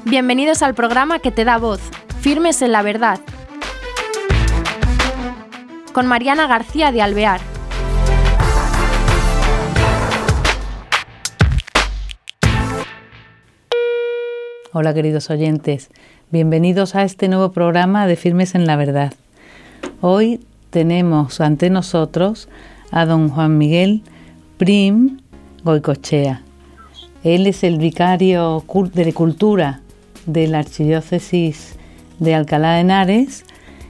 Bienvenidos al programa que te da voz, Firmes en la Verdad, con Mariana García de Alvear. Hola queridos oyentes, bienvenidos a este nuevo programa de Firmes en la Verdad. Hoy tenemos ante nosotros a don Juan Miguel Prim Goicoechea. Él es el vicario de Cultura de la Archidiócesis de Alcalá de Henares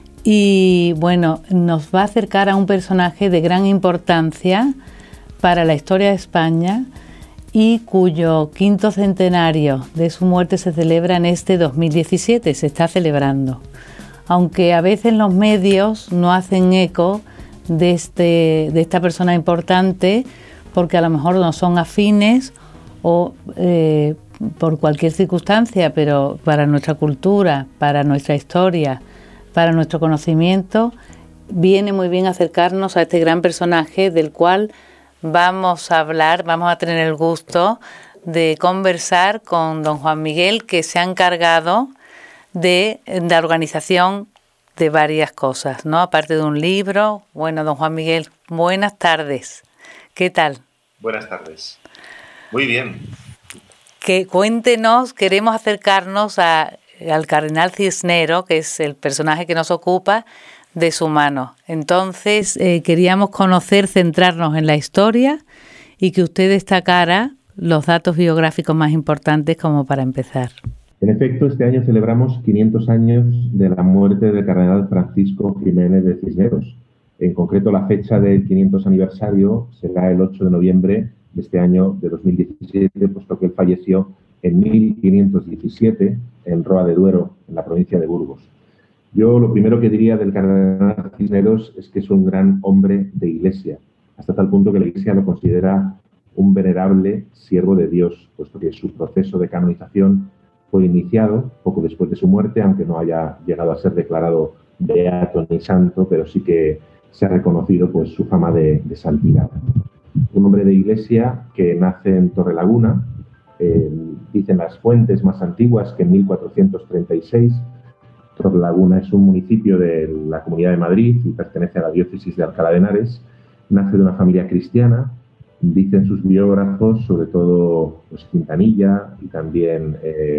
y bueno, nos va a acercar a un personaje de gran importancia para la historia de España y cuyo quinto centenario de su muerte se celebra en este 2017, se está celebrando. Aunque a veces los medios no hacen eco de esta persona importante porque a lo mejor no son afines o por cualquier circunstancia, pero para nuestra cultura, para nuestra historia, para nuestro conocimiento, viene muy bien acercarnos a este gran personaje del cual vamos a tener el gusto de conversar con don Juan Miguel, que se ha encargado de la organización de varias cosas, ¿no? Aparte de un libro. Bueno, don Juan Miguel, buenas tardes. ¿Qué tal? Buenas tardes. Muy bien. Cuéntenos, queremos acercarnos al cardenal Cisneros, que es el personaje que nos ocupa, de su mano. Entonces, queríamos conocer, centrarnos en la historia y que usted destacara los datos biográficos más importantes como para empezar. En efecto, este año celebramos 500 años de la muerte del cardenal Francisco Jiménez de Cisneros. En concreto, la fecha del 500 aniversario será el 8 de noviembre de este año de 2017, puesto que él falleció en 1517 en Roa de Duero, en la provincia de Burgos. Yo lo primero que diría del cardenal Cisneros es que es un gran hombre de Iglesia, hasta tal punto que la Iglesia lo considera un venerable siervo de Dios, puesto que su proceso de canonización fue iniciado poco después de su muerte, aunque no haya llegado a ser declarado beato ni santo, pero sí que se ha reconocido pues su fama de santidad. Un hombre de Iglesia que nace en Torrelaguna, dicen las fuentes más antiguas que en 1436. Torrelaguna es un municipio de la Comunidad de Madrid y pertenece a la diócesis de Alcalá de Henares. Nace de una familia cristiana. Dicen sus biógrafos, sobre todo pues, Quintanilla y también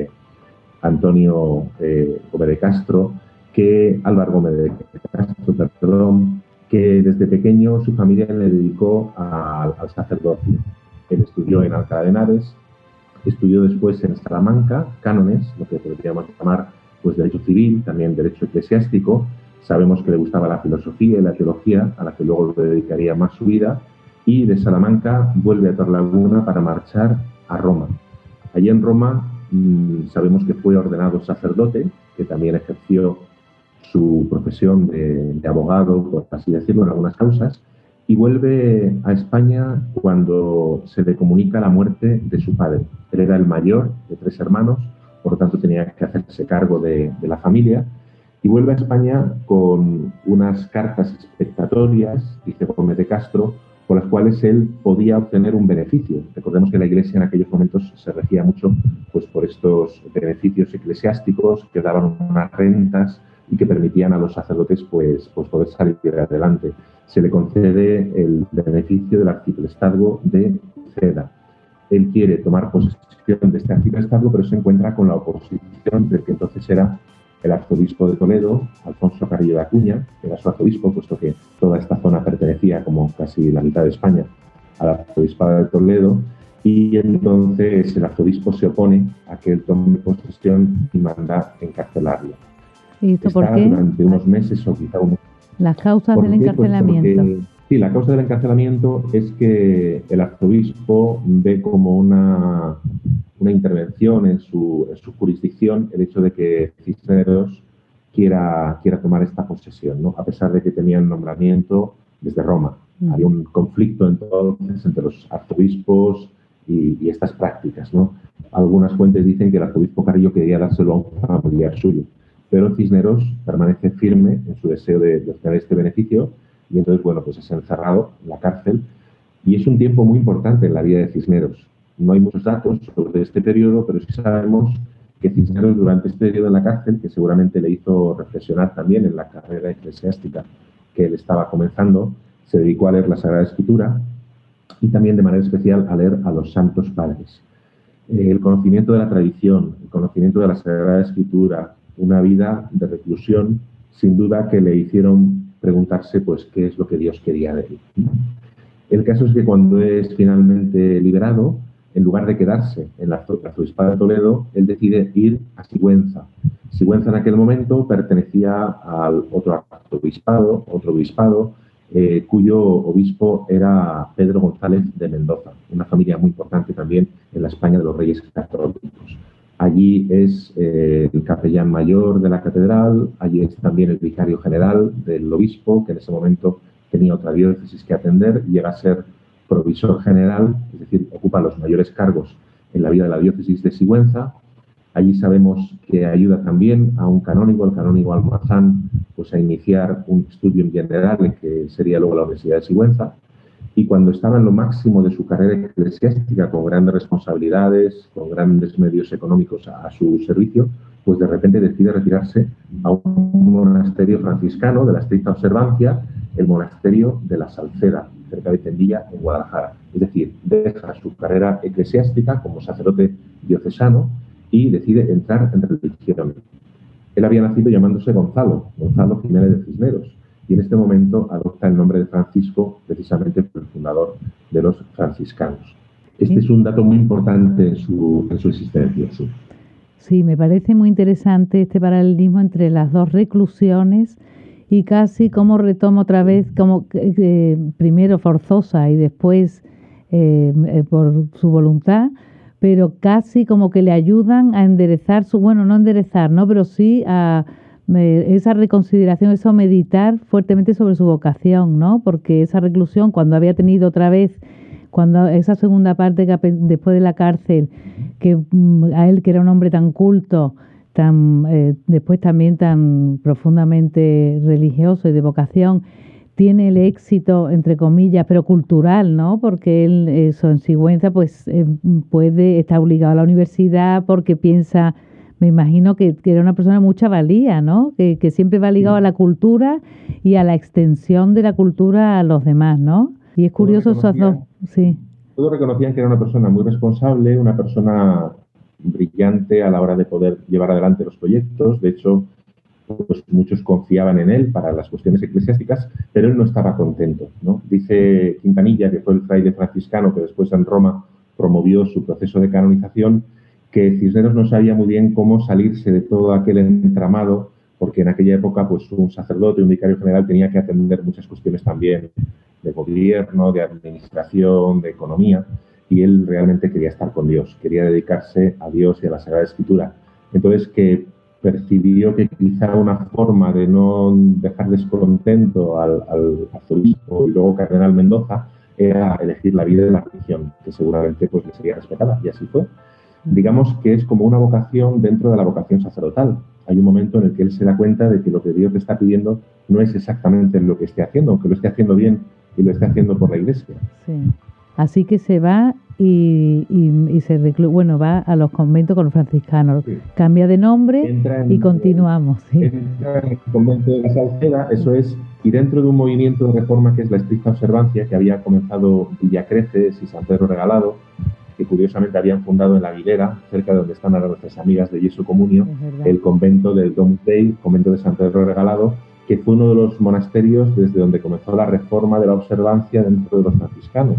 Antonio Gómez de Castro, Álvaro Gómez de Castro, que desde pequeño su familia le dedicó al sacerdocio. Él estudió en Alcalá de Henares, estudió después en Salamanca, cánones, lo que podríamos llamar pues derecho civil, también derecho eclesiástico. Sabemos que le gustaba la filosofía y la teología, a la que luego le dedicaría más su vida, y de Salamanca vuelve a Torrelaguna para marchar a Roma. Allí en Roma sabemos que fue ordenado sacerdote, que también ejerció su profesión de abogado, por así decirlo, en algunas causas, y vuelve a España cuando se le comunica la muerte de su padre. Él era el mayor de 3 hermanos, por lo tanto tenía que hacerse cargo de la familia, y vuelve a España con unas cartas expectatorias, dice Gómez de Castro, por las cuales él podía obtener un beneficio. Recordemos que la Iglesia en aquellos momentos se regía mucho pues, por estos beneficios eclesiásticos que daban unas rentas y que permitían a los sacerdotes pues poder salir adelante. Se le concede el beneficio del arciprestazgo de Ceda. Él quiere tomar posesión de este arciprestazgo, pero se encuentra con la oposición del que entonces era el arzobispo de Toledo, Alfonso Carrillo de Acuña, que era su arzobispo, puesto que toda esta zona pertenecía, como casi la mitad de España, al arzobispado de Toledo, y entonces el arzobispo se opone a que él tome posesión y manda encarcelarlo. ¿Y esto por qué? Durante unos meses o quizá unos... Las causas del encarcelamiento. Pues sí, la causa del encarcelamiento es que el arzobispo ve como una intervención en su jurisdicción el hecho de que Cisneros quiera tomar esta posesión, ¿no? A pesar de que tenía el nombramiento desde Roma. Había un conflicto entonces entre los arzobispos y estas prácticas, ¿no? Algunas fuentes dicen que el arzobispo Carrillo quería dárselo a un familiar suyo, pero Cisneros permanece firme en su deseo de obtener este beneficio y entonces, bueno, pues es encerrado en la cárcel y es un tiempo muy importante en la vida de Cisneros. No hay muchos datos sobre este periodo, pero sí sabemos que Cisneros, durante este periodo en la cárcel, que seguramente le hizo reflexionar también en la carrera eclesiástica que él estaba comenzando, se dedicó a leer la Sagrada Escritura y también de manera especial a leer a los Santos Padres. El conocimiento de la tradición, el conocimiento de la Sagrada Escritura, una vida de reclusión, sin duda que le hicieron preguntarse pues qué es lo que Dios quería de él. El caso es que cuando es finalmente liberado, en lugar de quedarse en la arzobispado de Toledo, él decide ir a Sigüenza. Sigüenza en aquel momento pertenecía al otro arzobispado, otro obispado, cuyo obispo era Pedro González de Mendoza, una familia muy importante también en la España de los Reyes Católicos. Allí es el capellán mayor de la catedral, allí es también el vicario general del obispo, que en ese momento tenía otra diócesis que atender, llega a ser provisor general, es decir, ocupa los mayores cargos en la vida de la diócesis de Sigüenza. Allí sabemos que ayuda también a un canónigo, el canónigo Almazán, pues a iniciar un estudio en general, en que sería luego la Universidad de Sigüenza. Y cuando estaba en lo máximo de su carrera eclesiástica, con grandes responsabilidades, con grandes medios económicos a su servicio, pues de repente decide retirarse a un monasterio franciscano de la estricta observancia, el monasterio de la Salceda, cerca de Tendilla, en Guadalajara. Es decir, deja su carrera eclesiástica como sacerdote diocesano y decide entrar en religión. Él había nacido llamándose Gonzalo Jiménez de Cisneros, y en este momento adopta el nombre de Francisco, precisamente por el fundador de los franciscanos. Este es un dato muy importante en su existencia. Sí. Sí, me parece muy interesante este paralelismo entre las dos reclusiones y casi como retoma otra vez, como primero forzosa y después por su voluntad, pero casi como que le ayudan a enderezar no enderezar, ¿no? Pero sí a esa reconsideración, eso meditar fuertemente sobre su vocación, ¿no? Porque esa reclusión, cuando había tenido otra vez, cuando esa segunda parte que después de la cárcel, que a él, que era un hombre tan culto, después también tan profundamente religioso y de vocación, tiene el éxito, entre comillas, pero cultural, ¿no? Porque él, en Sigüenza, pues está obligado a la universidad porque piensa, me imagino que era una persona de mucha valía, ¿no? Que siempre va ligado a la cultura y a la extensión de la cultura a los demás, ¿no? Y es curioso esos dos, sí. Todos reconocían que era una persona muy responsable, una persona brillante a la hora de poder llevar adelante los proyectos. De hecho, pues muchos confiaban en él para las cuestiones eclesiásticas, pero él no estaba contento, ¿no? Dice Quintanilla, que fue el fraile franciscano que después en Roma promovió su proceso de canonización, que Cisneros no sabía muy bien cómo salirse de todo aquel entramado, porque en aquella época pues un sacerdote, un vicario general tenía que atender muchas cuestiones también de gobierno, de administración, de economía, y él realmente quería estar con Dios, quería dedicarse a Dios y a la Sagrada Escritura. Entonces, que percibió que quizá una forma de no dejar descontento al arzobispo y luego cardenal Mendoza era elegir la vida de la religión, que seguramente pues le sería respetada, y así fue. Digamos que es como una vocación dentro de la vocación sacerdotal. Hay un momento en el que él se da cuenta de que lo que Dios le está pidiendo no es exactamente lo que esté haciendo, aunque lo esté haciendo bien y lo esté haciendo por la Iglesia. Sí. Así que se va y se va a los conventos con los franciscanos. Sí. Cambia de nombre y continuamos. Sí. Entra en el convento de la Salceda, eso es, y dentro de un movimiento de reforma que es la estricta observancia, que había comenzado Villacreces y San Pedro Regalado, que curiosamente habían fundado en La Aguilera, cerca de donde están ahora nuestras amigas de Jesu Comunio, el convento del Domus Dei, convento de San Pedro Regalado, que fue uno de los monasterios desde donde comenzó la reforma de la observancia dentro de los franciscanos.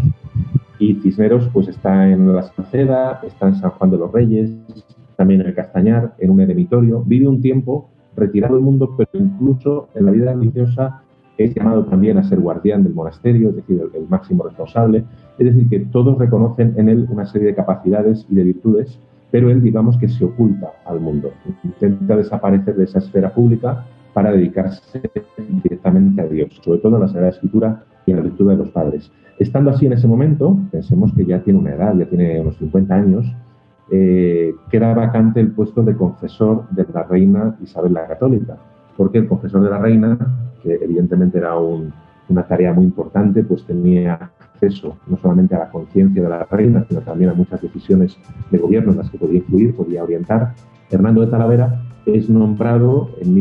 Y Cisneros pues está en la Salceda, está en San Juan de los Reyes, también en el Castañar, en un eremitorio. Vive un tiempo retirado del mundo, pero incluso en la vida religiosa es llamado también a ser guardián del monasterio, es decir, el máximo responsable. Es decir, que todos reconocen en él una serie de capacidades y de virtudes, pero él, digamos, que se oculta al mundo. Intenta desaparecer de esa esfera pública para dedicarse directamente a Dios, sobre todo en la Sagrada Escritura y en la lectura de los padres. Estando así en ese momento, pensemos que ya tiene una edad, ya tiene unos 50 años, queda vacante el puesto de confesor de la reina Isabel la Católica, porque el confesor de la reina, que evidentemente era una tarea muy importante, pues tenía acceso no solamente a la conciencia de la reina, sino también a muchas decisiones de gobierno en las que podía influir, podía orientar. Hernando de Talavera es nombrado en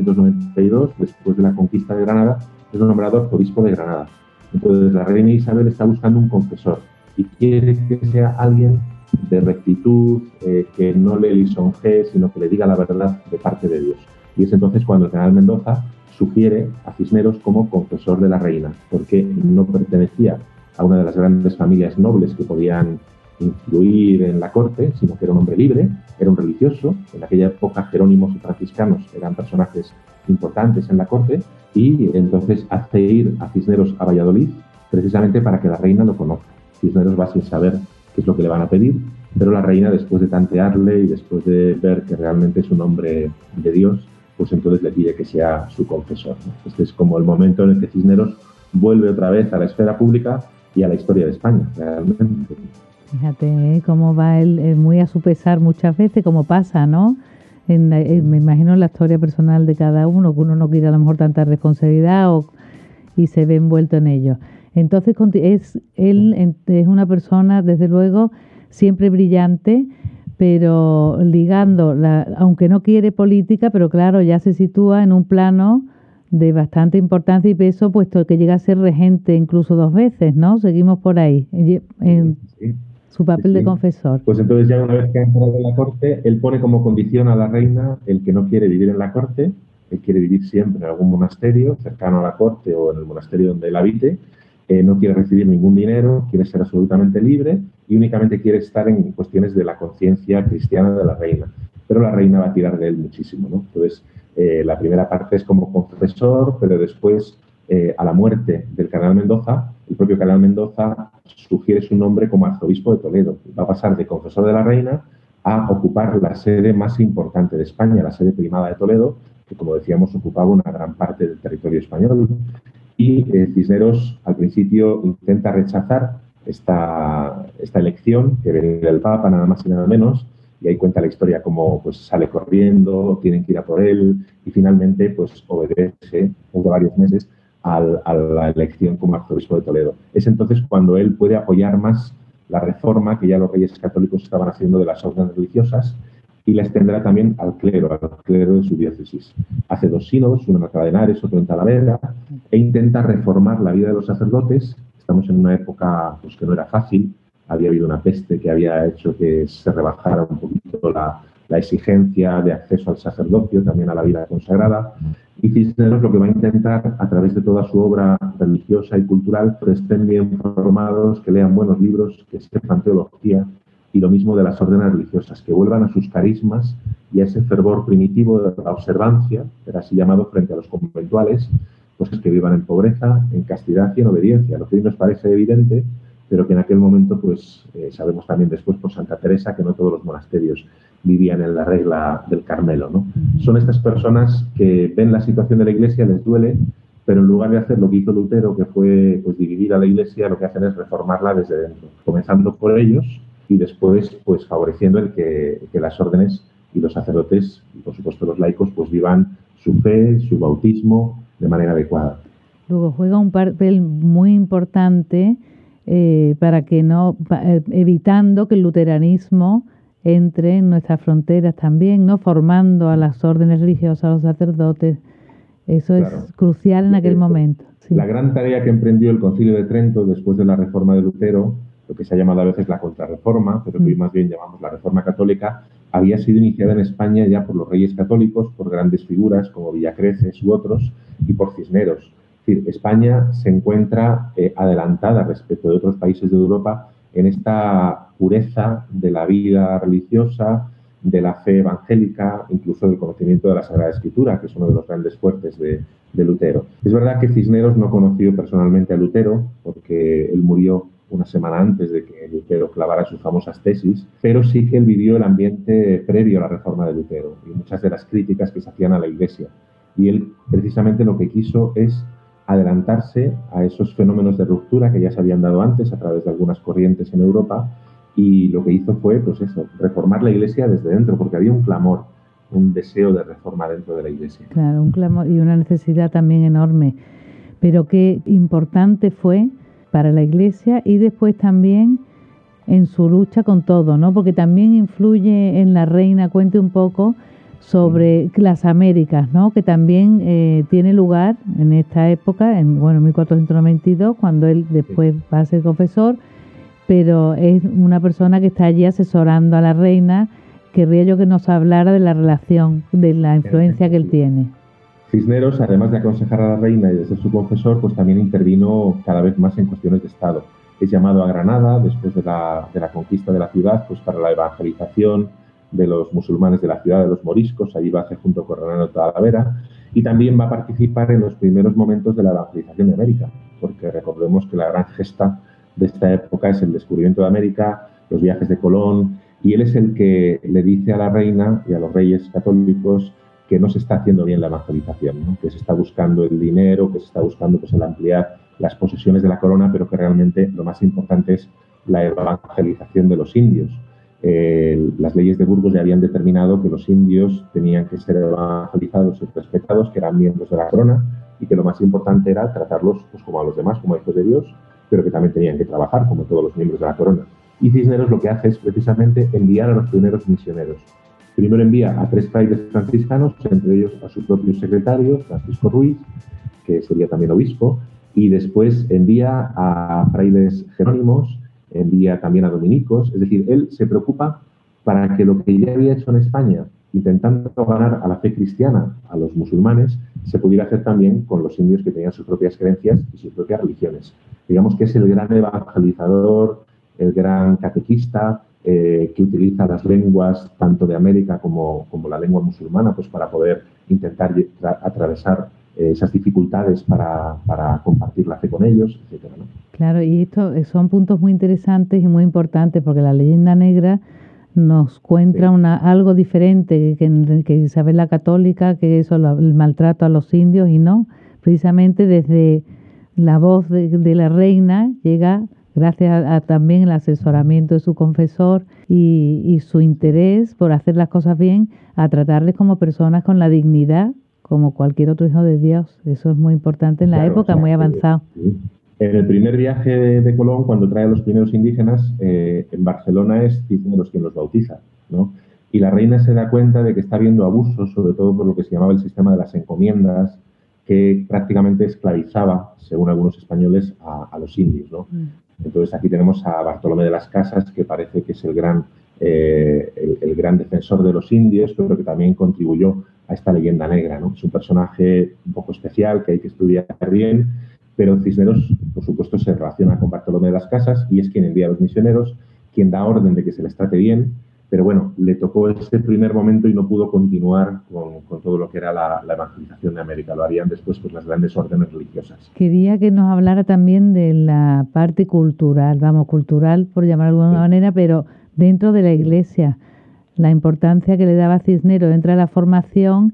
1492, después de la conquista de Granada, es nombrado arzobispo de Granada. Entonces la reina Isabel está buscando un confesor y quiere que sea alguien de rectitud, que no le lisonjee, sino que le diga la verdad de parte de Dios. Y es entonces cuando el cardenal Mendoza sugiere a Cisneros como confesor de la reina, porque no pertenecía a una de las grandes familias nobles que podían influir en la corte, sino que era un hombre libre, era un religioso. En aquella época jerónimos y franciscanos eran personajes importantes en la corte, y entonces hace ir a Cisneros a Valladolid precisamente para que la reina lo conozca. Cisneros va sin saber qué es lo que le van a pedir, pero la reina, después de tantearle y después de ver que realmente es un hombre de Dios, pues entonces le pide que sea su confesor, ¿no? Este es como el momento en el que Cisneros vuelve otra vez a la esfera pública y a la historia de España, realmente. Fíjate cómo va él, muy a su pesar muchas veces, como pasa, ¿no? Me imagino la historia personal de cada uno, que uno no quiere a lo mejor tanta responsabilidad y se ve envuelto en ello. Entonces, él es una persona, desde luego, siempre brillante, pero ligando, aunque no quiere política, pero claro, ya se sitúa en un plano de bastante importancia y peso, puesto que llega a ser regente incluso 2 veces, ¿no? Seguimos por ahí, en su papel de confesor. Pues entonces ya una vez que ha entrado en la corte, él pone como condición a la reina el que no quiere vivir en la corte, él quiere vivir siempre en algún monasterio cercano a la corte o en el monasterio donde él habite, no quiere recibir ningún dinero, quiere ser absolutamente libre y únicamente quiere estar en cuestiones de la conciencia cristiana de la reina. Pero la reina va a tirar de él muchísimo, ¿no? Entonces, la primera parte es como confesor, pero después, a la muerte del cardenal Mendoza, el propio cardenal Mendoza sugiere su nombre como arzobispo de Toledo. Va a pasar de confesor de la reina a ocupar la sede más importante de España, la sede primada de Toledo, que, como decíamos, ocupaba una gran parte del territorio español. Y Cisneros al principio intenta rechazar esta elección que viene del Papa, nada más y nada menos, y ahí cuenta la historia cómo pues sale corriendo, tienen que ir a por él, y finalmente pues obedece por varios meses a la elección como arzobispo de Toledo. Es entonces cuando él puede apoyar más la reforma que ya los reyes católicos estaban haciendo de las órdenes religiosas, y la extenderá también al clero de su diócesis. Hace 2 sínodos, uno en Alcalá de Henares, otro en Talavera, e intenta reformar la vida de los sacerdotes. Estamos en una época pues, que no era fácil, había habido una peste que había hecho que se rebajara un poquito la exigencia de acceso al sacerdocio, también a la vida consagrada, y Cisneros lo que va a intentar, a través de toda su obra religiosa y cultural, que estén bien formados, que lean buenos libros, que sepan teología, y lo mismo de las órdenes religiosas, que vuelvan a sus carismas y a ese fervor primitivo de la observancia, era así llamado frente a los conventuales, pues que vivan en pobreza, en castidad y en obediencia, lo que hoy nos parece evidente, pero que en aquel momento, pues sabemos también después por Santa Teresa que no todos los monasterios vivían en la regla del Carmelo, ¿no? Son estas personas que ven la situación de la Iglesia, les duele, pero en lugar de hacer lo que hizo Lutero, que fue pues dividir a la Iglesia, lo que hacen es reformarla desde dentro, comenzando por ellos, y después pues favoreciendo el que las órdenes y los sacerdotes y por supuesto los laicos pues vivan su fe, su bautismo de manera adecuada. Luego juega un papel muy importante para que evitando que el luteranismo entre en nuestras fronteras también, ¿no? Formando a las órdenes religiosas, a los sacerdotes. Eso claro. Es crucial en aquel momento. Sí. La gran tarea que emprendió el Concilio de Trento después de la reforma de Lutero, lo que se ha llamado a veces la contrarreforma, pero que hoy más bien llamamos la reforma católica, había sido iniciada en España ya por los reyes católicos, por grandes figuras como Villacreces u otros, y por Cisneros. Es decir, España se encuentra adelantada respecto de otros países de Europa en esta pureza de la vida religiosa, de la fe evangélica, incluso del conocimiento de la Sagrada Escritura, que es uno de los grandes fuertes de Lutero. Es verdad que Cisneros no conoció personalmente a Lutero, porque él murió una semana antes de que Lutero clavara sus famosas tesis, pero sí que él vivió el ambiente previo a la reforma de Lutero y muchas de las críticas que se hacían a la Iglesia. Y él precisamente lo que quiso es adelantarse a esos fenómenos de ruptura que ya se habían dado antes a través de algunas corrientes en Europa, y lo que hizo fue, pues eso, reformar la Iglesia desde dentro, porque había un clamor, un deseo de reforma dentro de la Iglesia. Claro, un clamor y una necesidad también enorme. Pero qué importante fue para la Iglesia y después también en su lucha con todo, ¿no? Porque también influye en la reina. Cuente un poco sobre las Américas, ¿no? Que también tiene lugar en esta época, en 1492, cuando él después va a ser confesor, pero es una persona que está allí asesorando a la reina. Querría yo que nos hablara de la relación, de la influencia que él tiene. Cisneros, además de aconsejar a la reina y de ser su confesor, pues también intervino cada vez más en cuestiones de Estado. Es llamado a Granada, después de la conquista de la ciudad, pues para la evangelización de los musulmanes de la ciudad, de los moriscos. Allí va a hacer junto con Hernando Talavera, y también va a participar en los primeros momentos de la evangelización de América, porque recordemos que la gran gesta de esta época es el descubrimiento de América, los viajes de Colón, y él es el que le dice a la reina y a los reyes católicos que no se está haciendo bien la evangelización, ¿no? Que se está buscando el dinero, que se está buscando pues, el ampliar las posesiones de la corona, pero que realmente lo más importante es la evangelización de los indios. Las leyes de Burgos ya habían determinado que los indios tenían que ser evangelizados y respetados, que eran miembros de la corona, y que lo más importante era tratarlos pues, como a los demás, como hijos de Dios, pero que también tenían que trabajar como todos los miembros de la corona. Y Cisneros lo que hace es precisamente enviar a los primeros misioneros. Primero envía a 3 frailes franciscanos, entre ellos a su propio secretario, Francisco Ruiz, que sería también obispo, y después envía a frailes jerónimos, envía también a dominicos. Es decir, él se preocupa para que lo que ya había hecho en España, intentando ganar a la fe cristiana, a los musulmanes, se pudiera hacer también con los indios que tenían sus propias creencias y sus propias religiones. Digamos que es el gran evangelizador, el gran catequista, que utiliza las lenguas tanto de América como la lengua musulmana, pues para poder intentar atravesar esas dificultades para compartir la fe con ellos, etcétera, ¿no? Claro, y esto son puntos muy interesantes y muy importantes, porque la leyenda negra nos cuenta algo diferente que Isabel la Católica, que eso, el maltrato a los indios, y no, precisamente desde la voz de la reina llega, gracias a también el asesoramiento de su confesor y su interés por hacer las cosas bien, a tratarles como personas con la dignidad, como cualquier otro hijo de Dios. Eso es muy importante en la época, muy avanzado. En el primer viaje de Colón, cuando trae a los primeros indígenas, en Barcelona es Cisneros quien los bautiza, ¿no? Y la reina se da cuenta de que está habiendo abusos, sobre todo por lo que se llamaba el sistema de las encomiendas, que prácticamente esclavizaba, según algunos españoles, a los indios, ¿no? Entonces aquí tenemos a Bartolomé de las Casas, que parece que es el gran defensor de los indios, pero que también contribuyó a esta leyenda negra, ¿no? Es un personaje un poco especial que hay que estudiar bien, pero Cisneros, por supuesto, se relaciona con Bartolomé de las Casas y es quien envía a los misioneros, quien da orden de que se les trate bien, pero bueno, le tocó ese primer momento y no pudo continuar con todo lo que era la evangelización de América. Lo harían después pues, las grandes órdenes religiosas. Quería que nos hablara también de la parte cultural, cultural por llamar de alguna manera, pero dentro de la Iglesia, la importancia que le daba Cisneros dentro de la formación,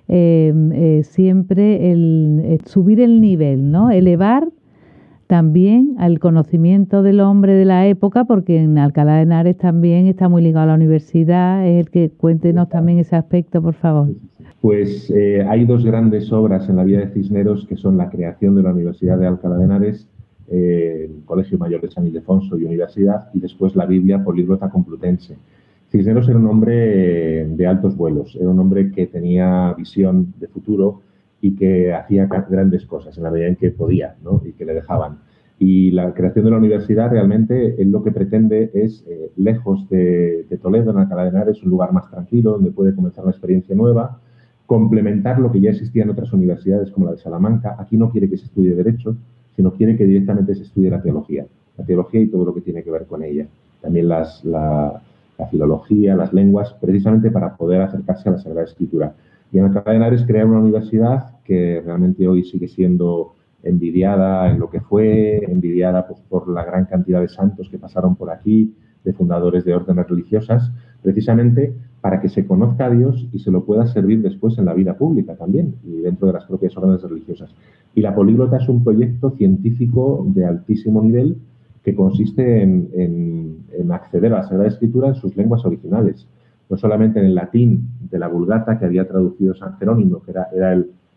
siempre subir el nivel, ¿no? Elevar también al conocimiento del hombre de la época, porque en Alcalá de Henares también está muy ligado a la universidad. Es el que cuéntenos también ese aspecto, por favor. Pues hay 2 grandes obras en la vida de Cisneros, que son la creación de la Universidad de Alcalá de Henares, el Colegio Mayor de San Ildefonso y Universidad, y después la Biblia Políglota Complutense. Cisneros era un hombre de altos vuelos, era un hombre que tenía visión de futuro y que hacía grandes cosas en la medida en que podía, ¿no? Y que le dejaban. Y la creación de la universidad realmente él lo que pretende es, lejos de Toledo, en Alcalá de Henares, un lugar más tranquilo donde puede comenzar una experiencia nueva, complementar lo que ya existía en otras universidades como la de Salamanca. Aquí no quiere que se estudie Derecho, sino quiere que directamente se estudie la teología y todo lo que tiene que ver con ella. También la filología, las lenguas, precisamente para poder acercarse a la Sagrada Escritura. Y en Alcalá de Henares crea una universidad que realmente hoy sigue siendo envidiada en lo que fue, envidiada pues, por la gran cantidad de santos que pasaron por aquí, de fundadores de órdenes religiosas, precisamente para que se conozca a Dios y se lo pueda servir después en la vida pública también y dentro de las propias órdenes religiosas. Y la Políglota es un proyecto científico de altísimo nivel que consiste en acceder a la Sagrada Escritura en sus lenguas originales, no solamente en el latín de la Vulgata que había traducido San Jerónimo, que era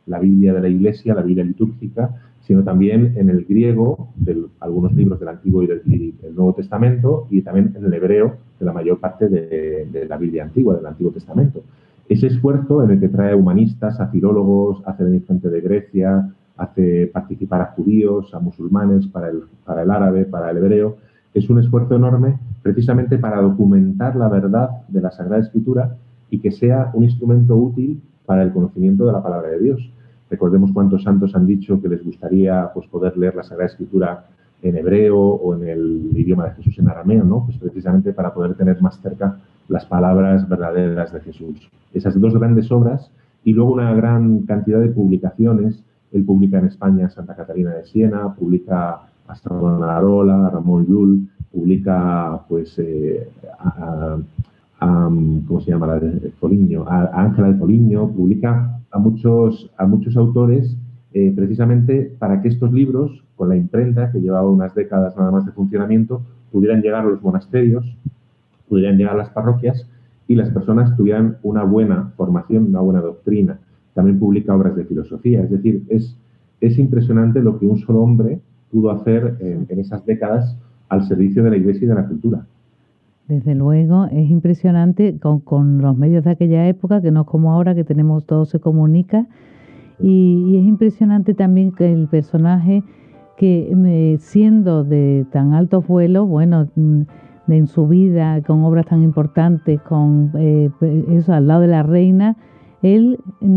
la Biblia de la Iglesia, la Biblia litúrgica, sino también en el griego de algunos libros del Antiguo y del Nuevo Testamento, y también en el hebreo de la mayor parte de la Biblia antigua, del Antiguo Testamento. Ese esfuerzo en el que trae a humanistas, a filólogos, hace venir gente de Grecia, hace participar a judíos, a musulmanes, para el árabe, para el hebreo, es un esfuerzo enorme precisamente para documentar la verdad de la Sagrada Escritura y que sea un instrumento útil para el conocimiento de la palabra de Dios. Recordemos cuántos santos han dicho que les gustaría pues, poder leer la Sagrada Escritura en hebreo o en el idioma de Jesús, en arameo, ¿no? Pues precisamente para poder tener más cerca las palabras verdaderas de Jesús. Esas dos grandes obras y luego una gran cantidad de publicaciones. Él publica en España Santa Catarina de Siena, publica a Savonarola, a Ramón Llull, publica pues ¿cómo se llama? Foligno, a Ángela de Foligno, publica a muchos autores precisamente para que estos libros, con la imprenta, que llevaba unas décadas nada más de funcionamiento, pudieran llegar a los monasterios, pudieran llegar a las parroquias y las personas tuvieran una buena formación, una buena doctrina. También publica obras de filosofía. Es decir, es impresionante lo que un solo hombre pudo hacer en esas décadas al servicio de la Iglesia y de la cultura. Desde luego, es impresionante con los medios de aquella época, que no es como ahora, que tenemos todo se comunica. Y es impresionante también que el personaje, que siendo de tan altos vuelos, bueno, en su vida, con obras tan importantes, con eso al lado de la reina, él,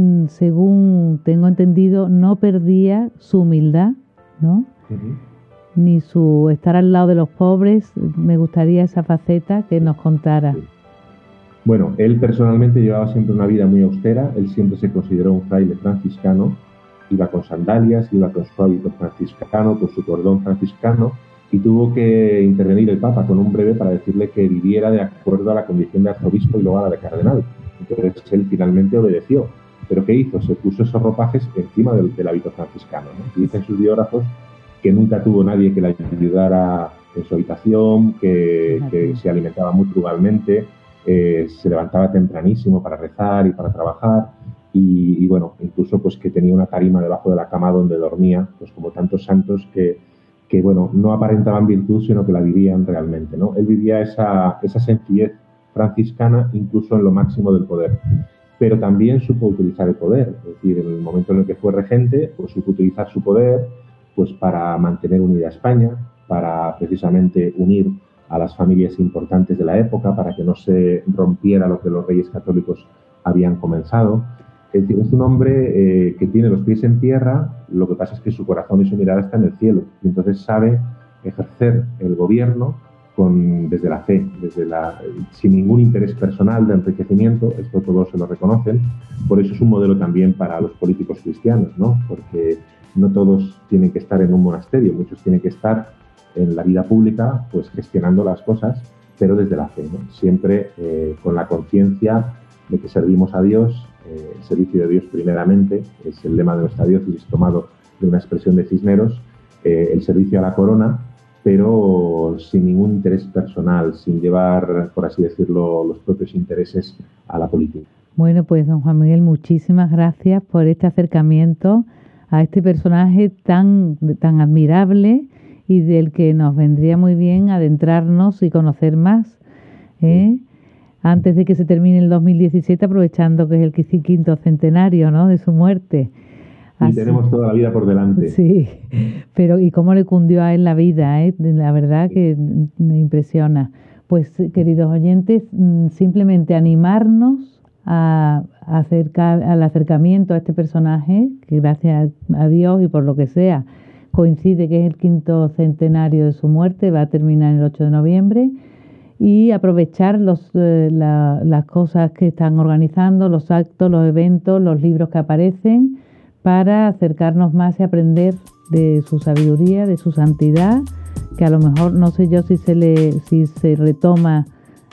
según tengo entendido, no perdía su humildad, ¿no? Uh-huh. Ni su estar al lado de los pobres. Me gustaría esa faceta que nos contara. Sí. Bueno, él personalmente llevaba siempre una vida muy austera. Él siempre se consideró un fraile franciscano. Iba con sandalias, iba con su hábito franciscano, con su cordón franciscano, y tuvo que intervenir el Papa con un breve para decirle que viviera de acuerdo a la condición de arzobispo y luego a la de cardenal. Entonces él finalmente obedeció. ¿Pero qué hizo? Se puso esos ropajes encima del hábito franciscano, ¿no? Y dicen sus biógrafos que nunca tuvo nadie que le ayudara en su habitación, que se alimentaba muy frugalmente, se levantaba tempranísimo para rezar y para trabajar, y bueno, incluso pues que tenía una tarima debajo de la cama donde dormía, pues como tantos santos que bueno, no aparentaban virtud, sino que la vivían realmente, ¿no? Él vivía esa sencillez franciscana incluso en lo máximo del poder. Pero también supo utilizar el poder, es decir, en el momento en el que fue regente, pues supo utilizar su poder pues para mantener unida a España, para precisamente unir a las familias importantes de la época, para que no se rompiera lo que los reyes católicos habían comenzado. Es decir, es un hombre que tiene los pies en tierra, lo que pasa es que su corazón y su mirada están en el cielo, y entonces sabe ejercer el gobierno desde la fe, sin ningún interés personal de enriquecimiento. Esto todos se lo reconocen. Por eso es un modelo también para los políticos cristianos, ¿no? Porque no todos tienen que estar en un monasterio, muchos tienen que estar en la vida pública, pues gestionando las cosas, pero desde la fe, ¿no? Siempre con la conciencia de que servimos a Dios, el servicio de Dios primeramente, es el lema de nuestra diócesis tomado de una expresión de Cisneros, el servicio a la corona, pero sin ningún interés personal, sin llevar, por así decirlo, los propios intereses a la política. Bueno, pues don Juan Miguel, muchísimas gracias por este acercamiento a este personaje tan admirable y del que nos vendría muy bien adentrarnos y conocer más, antes de que se termine el 2017, aprovechando que es el 15º centenario, ¿no?, de su muerte. Y tenemos toda la vida por delante. Sí, pero ¿y cómo le cundió a él la vida? La verdad que me impresiona. Pues, queridos oyentes, simplemente animarnos al acercamiento a este personaje, que gracias a Dios y por lo que sea, coincide que es el 5º centenario de su muerte, va a terminar el 8 de noviembre, y aprovechar las cosas que están organizando, los actos, los eventos, los libros que aparecen, para acercarnos más y aprender de su sabiduría, de su santidad, que a lo mejor no sé yo si se retoma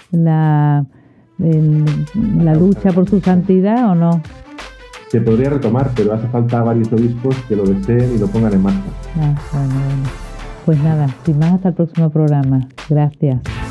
la lucha por su santidad o no. Se podría retomar, pero hace falta varios obispos que lo deseen y lo pongan en marcha. Bueno. Pues nada, sin más, hasta el próximo programa. Gracias.